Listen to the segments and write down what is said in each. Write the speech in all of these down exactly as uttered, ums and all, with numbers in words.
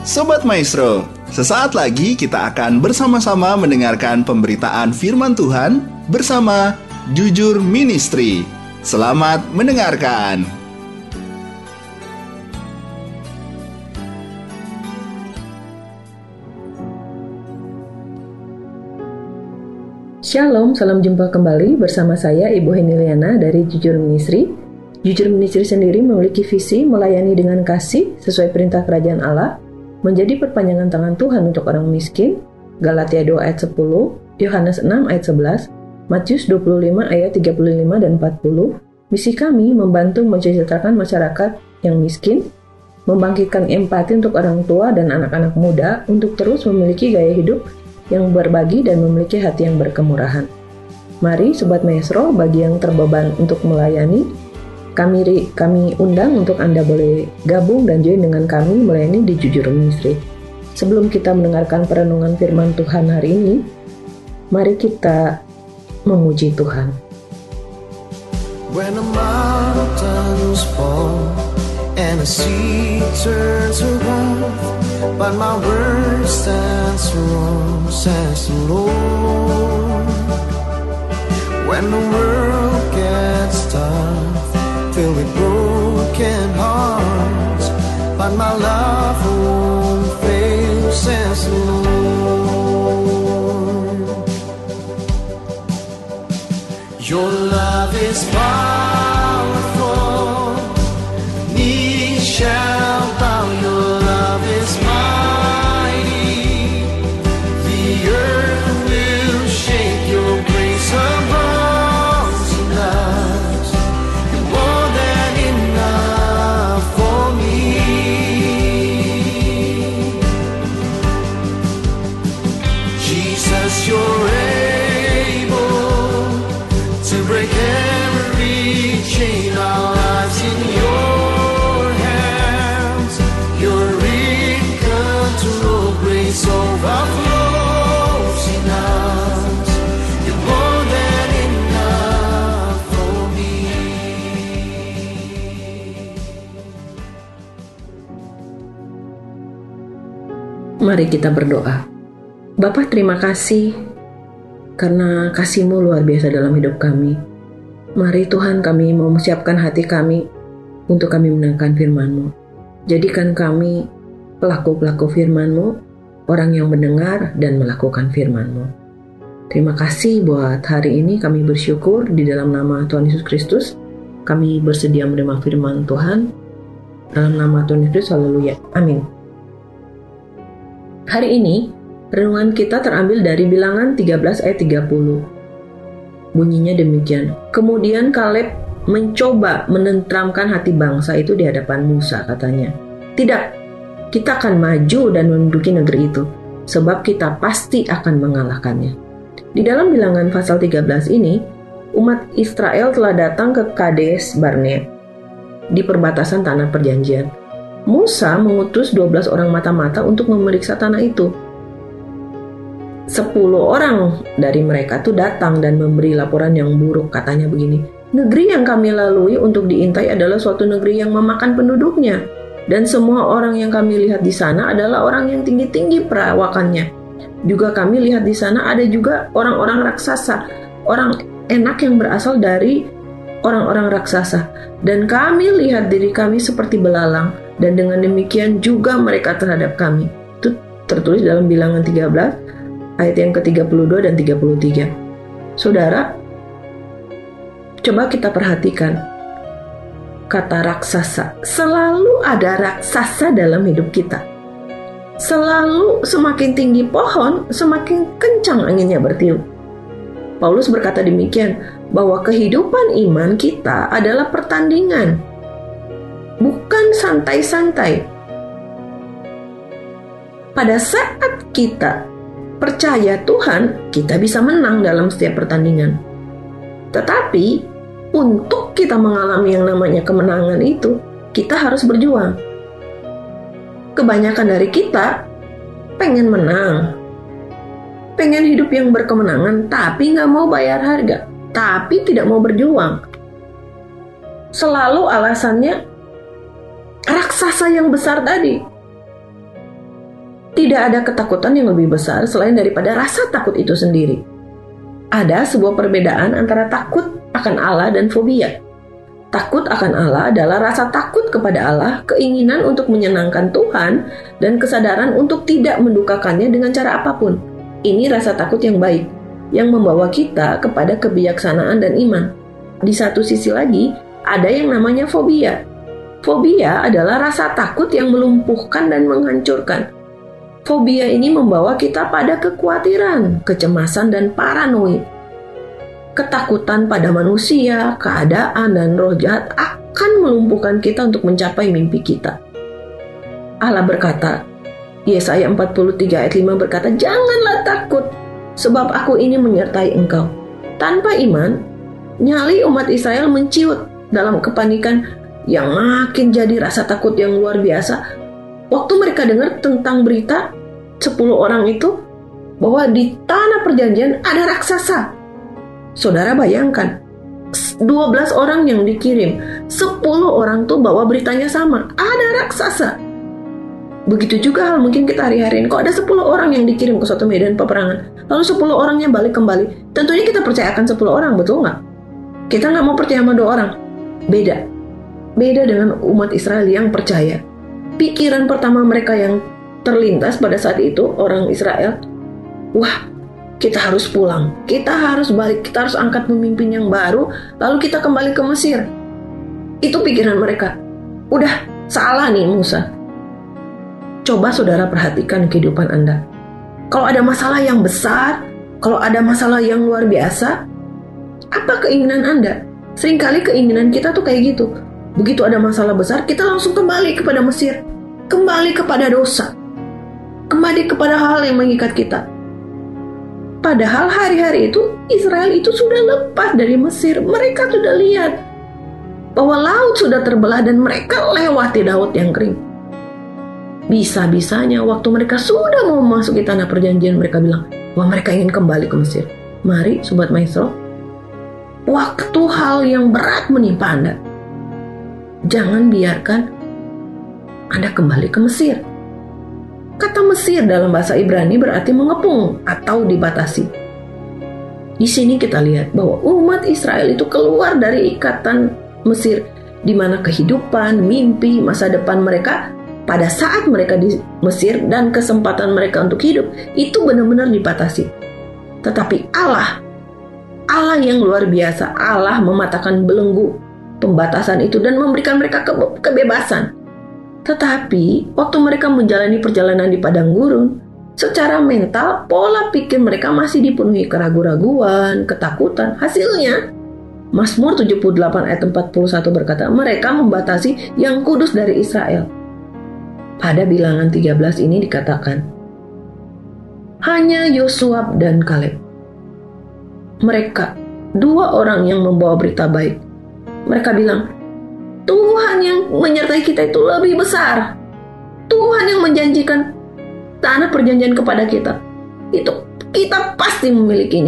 Sobat Maestro, sesaat lagi kita akan bersama-sama mendengarkan pemberitaan firman Tuhan bersama Jujur Ministry. Selamat mendengarkan. Shalom, salam jumpa kembali bersama saya Ibu Heniliana dari Jujur Ministry. Jujur Ministry sendiri memiliki visi melayani dengan kasih sesuai perintah kerajaan Allah, menjadi perpanjangan tangan Tuhan untuk orang miskin, Galatia dua ayat sepuluh, Yohanes enam ayat sebelas, Matius dua puluh lima ayat tiga puluh lima dan empat puluh. Misi kami membantu mensejahterakan masyarakat yang miskin, membangkitkan empati untuk orang tua dan anak-anak muda untuk terus memiliki gaya hidup yang berbagi dan memiliki hati yang berkemurahan. Mari Sobat Maestro, bagi yang terbeban untuk melayani, Kami, kami undang untuk Anda boleh gabung dan join dengan kami melayani di Jujur Ministry. Sebelum kita mendengarkan perenungan firman Tuhan hari ini, mari kita memuji Tuhan. When the mountains fall and the sea turns around, but my word stands firm, says the Lord. When the world gets tough, filled with broken hearts, but my love won't fail, says the Lord. Your love is powerful, knees shall bow. Your love is mighty, the earth will shake. Your grace above tonight, you're more than enough for me. Jesus, you're able to break every chain. Our lives in your hands, you're in control. Grace overflows in us, you're more than enough for me. Mari kita berdoa. Bapa, terima kasih karena kasih-Mu luar biasa dalam hidup kami. Mari Tuhan, kami mau mempersiapkan hati kami untuk kami mendengarkan firman-Mu. Jadikan kami pelaku-pelaku firman-Mu, orang yang mendengar dan melakukan firman-Mu. Terima kasih buat hari ini, kami bersyukur di dalam nama Tuhan Yesus Kristus. Kami bersedia menerima firman Tuhan. Dalam nama Tuhan Yesus, haleluya. Amin. Hari ini, renungan kita terambil dari Bilangan tiga belas ayat tiga puluh. Bunyinya demikian. Kemudian Kaleb mencoba menenteramkan hati bangsa itu di hadapan Musa, katanya. Tidak, kita akan maju dan menduduki negeri itu, sebab kita pasti akan mengalahkannya. Di dalam Bilangan pasal tiga belas ini, umat Israel telah datang ke Kades Barnea di perbatasan tanah perjanjian. Musa mengutus dua belas orang mata-mata untuk memeriksa tanah itu. Sepuluh orang dari mereka tuh datang dan memberi laporan yang buruk, katanya begini. Negeri yang kami lalui untuk diintai adalah suatu negeri yang memakan penduduknya, dan semua orang yang kami lihat di sana adalah orang yang tinggi-tinggi perawakannya. Juga kami lihat di sana ada juga orang-orang raksasa, orang enak yang berasal dari orang-orang raksasa, dan kami lihat diri kami seperti belalang, dan dengan demikian juga mereka terhadap kami. Itu tertulis dalam Bilangan tiga belas ayat yang ke tiga puluh dua dan tiga puluh tiga. Saudara, coba kita perhatikan kata raksasa. Selalu ada raksasa dalam hidup kita. Selalu semakin tinggi pohon, semakin kencang anginnya bertiup. Paulus berkata demikian, bahwa kehidupan iman kita adalah pertandingan, bukan santai-santai. Pada saat kita percaya Tuhan, kita bisa menang dalam setiap pertandingan. Tetapi, untuk kita mengalami yang namanya kemenangan itu, kita harus berjuang. Kebanyakan dari kita pengen menang, pengen hidup yang berkemenangan, tapi nggak mau bayar harga, tapi tidak mau berjuang. Selalu alasannya raksasa yang besar tadi. Tidak ada ketakutan yang lebih besar selain daripada rasa takut itu sendiri. Ada sebuah perbedaan antara takut akan Allah dan fobia. Takut akan Allah adalah rasa takut kepada Allah, keinginan untuk menyenangkan Tuhan, dan kesadaran untuk tidak mendukakannya dengan cara apapun. Ini rasa takut yang baik, yang membawa kita kepada kebijaksanaan dan iman. Di satu sisi lagi, ada yang namanya fobia. Fobia adalah rasa takut yang melumpuhkan dan menghancurkan. Fobia ini membawa kita pada kekhawatiran, kecemasan, dan paranoid. Ketakutan pada manusia, keadaan, dan roh jahat akan melumpuhkan kita untuk mencapai mimpi kita. Allah berkata, Yesaya empat puluh tiga ayat lima berkata, "Janganlah takut, sebab aku ini menyertai engkau." Tanpa iman, nyali umat Israel menciut dalam kepanikan yang makin jadi rasa takut yang luar biasa. Waktu mereka dengar tentang berita sepuluh orang itu, bahwa di tanah perjanjian ada raksasa. Saudara bayangkan, dua belas orang yang dikirim, sepuluh orang tuh bawa beritanya sama, ada raksasa. Begitu juga hal mungkin kita hari-hari ini, kok ada sepuluh orang yang dikirim ke suatu medan peperangan, lalu sepuluh orangnya balik kembali. Tentunya kita percayakan sepuluh orang, betul nggak? Kita nggak mau percaya sama dua orang. Beda. Beda dengan umat Israel yang percaya. Pikiran pertama mereka yang terlintas pada saat itu, orang Israel, wah, kita harus pulang, kita harus balik, kita harus angkat pemimpin yang baru, lalu kita kembali ke Mesir. Itu pikiran mereka. Udah salah nih Musa. Coba saudara perhatikan kehidupan Anda. Kalau ada masalah yang besar, kalau ada masalah yang luar biasa, apa keinginan Anda? Seringkali keinginan kita tuh kayak gitu. Begitu ada masalah besar, kita langsung kembali kepada Mesir, kembali kepada dosa, kembali kepada hal yang mengikat kita. Padahal hari-hari itu Israel itu sudah lepas dari Mesir. Mereka sudah lihat bahwa laut sudah terbelah dan mereka lewati laut yang kering. Bisa-bisanya waktu mereka sudah mau memasuki tanah perjanjian, mereka bilang, wah, mereka ingin kembali ke Mesir. Mari Sobat Maestro, waktu hal yang berat menimpa Anda, jangan biarkan Anda kembali ke Mesir. Kata Mesir dalam bahasa Ibrani berarti mengepung atau dibatasi. Di sini kita lihat bahwa umat Israel itu keluar dari ikatan Mesir, di mana kehidupan, mimpi, masa depan mereka pada saat mereka di Mesir dan kesempatan mereka untuk hidup itu benar-benar dibatasi. Tetapi Allah, Allah yang luar biasa, Allah mematahkan belenggu pembatasan itu dan memberikan mereka ke- kebebasan. Tetapi waktu mereka menjalani perjalanan di padang gurun, secara mental pola pikir mereka masih dipenuhi keraguan-raguan, ketakutan. Hasilnya Mazmur tujuh puluh delapan ayat empat puluh satu berkata, mereka membatasi yang kudus dari Israel. Pada bilangan tiga belas ini dikatakan, hanya Yosua dan Kaleb, mereka dua orang yang membawa berita baik. Mereka bilang, Tuhan yang menyertai kita itu lebih besar. Tuhan yang menjanjikan tanah perjanjian kepada kita, itu kita pasti memilikinya.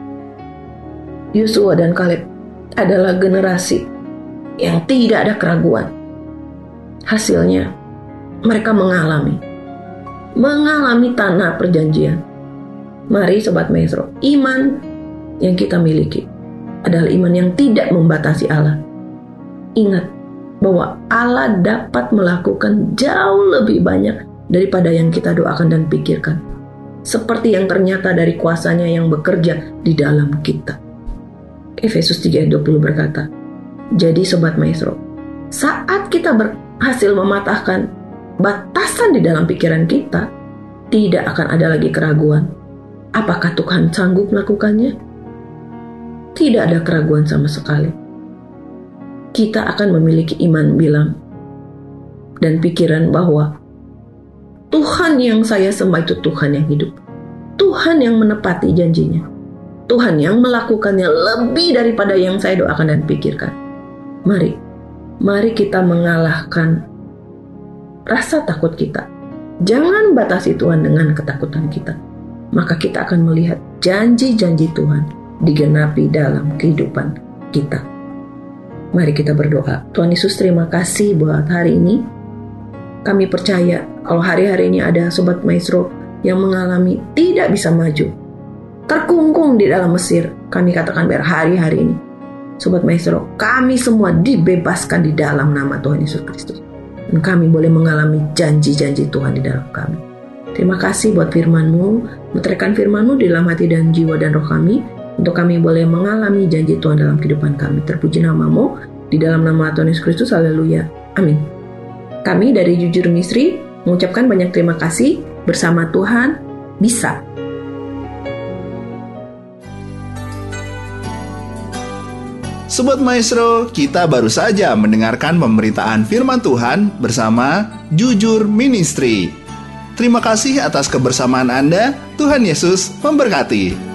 Yosua dan Kaleb adalah generasi yang tidak ada keraguan. Hasilnya mereka mengalami mengalami tanah perjanjian. Mari Sobat Maestro, iman yang kita miliki adalah iman yang tidak membatasi Allah. Ingat bahwa Allah dapat melakukan jauh lebih banyak daripada yang kita doakan dan pikirkan. Seperti yang ternyata dari kuasanya yang bekerja di dalam kita. Efesus tiga ayat dua puluh berkata, jadi Sobat Maestro, saat kita berhasil mematahkan batasan di dalam pikiran kita, tidak akan ada lagi keraguan. Apakah Tuhan sanggup melakukannya? Tidak ada keraguan sama sekali. Kita akan memiliki iman bilang dan pikiran bahwa Tuhan yang saya sembah itu Tuhan yang hidup. Tuhan yang menepati janjinya. Tuhan yang melakukannya lebih daripada yang saya doakan dan pikirkan. Mari, mari kita mengalahkan rasa takut kita. Jangan batasi Tuhan dengan ketakutan kita. Maka kita akan melihat janji-janji Tuhan digenapi dalam kehidupan kita. Mari kita berdoa. Tuhan Yesus, terima kasih buat hari ini. Kami percaya kalau hari-hari ini ada Sobat Maestro yang mengalami tidak bisa maju, terkungkung di dalam Mesir, kami katakan biar hari-hari ini, Sobat Maestro, kami semua dibebaskan di dalam nama Tuhan Yesus Kristus. Dan kami boleh mengalami janji-janji Tuhan di dalam kami. Terima kasih buat firman-Mu, meteraikan firman-Mu di dalam hati dan jiwa dan roh kami, untuk kami boleh mengalami janji Tuhan dalam kehidupan kami. Terpuji nama-Mu, di dalam nama Tuhan Yesus Kristus, haleluya, amin. Kami dari Jujur Ministry mengucapkan banyak terima kasih. Bersama Tuhan bisa. Sobat Maestro, kita baru saja mendengarkan pemberitaan firman Tuhan bersama Jujur Ministry. Terima kasih atas kebersamaan Anda. Tuhan Yesus memberkati.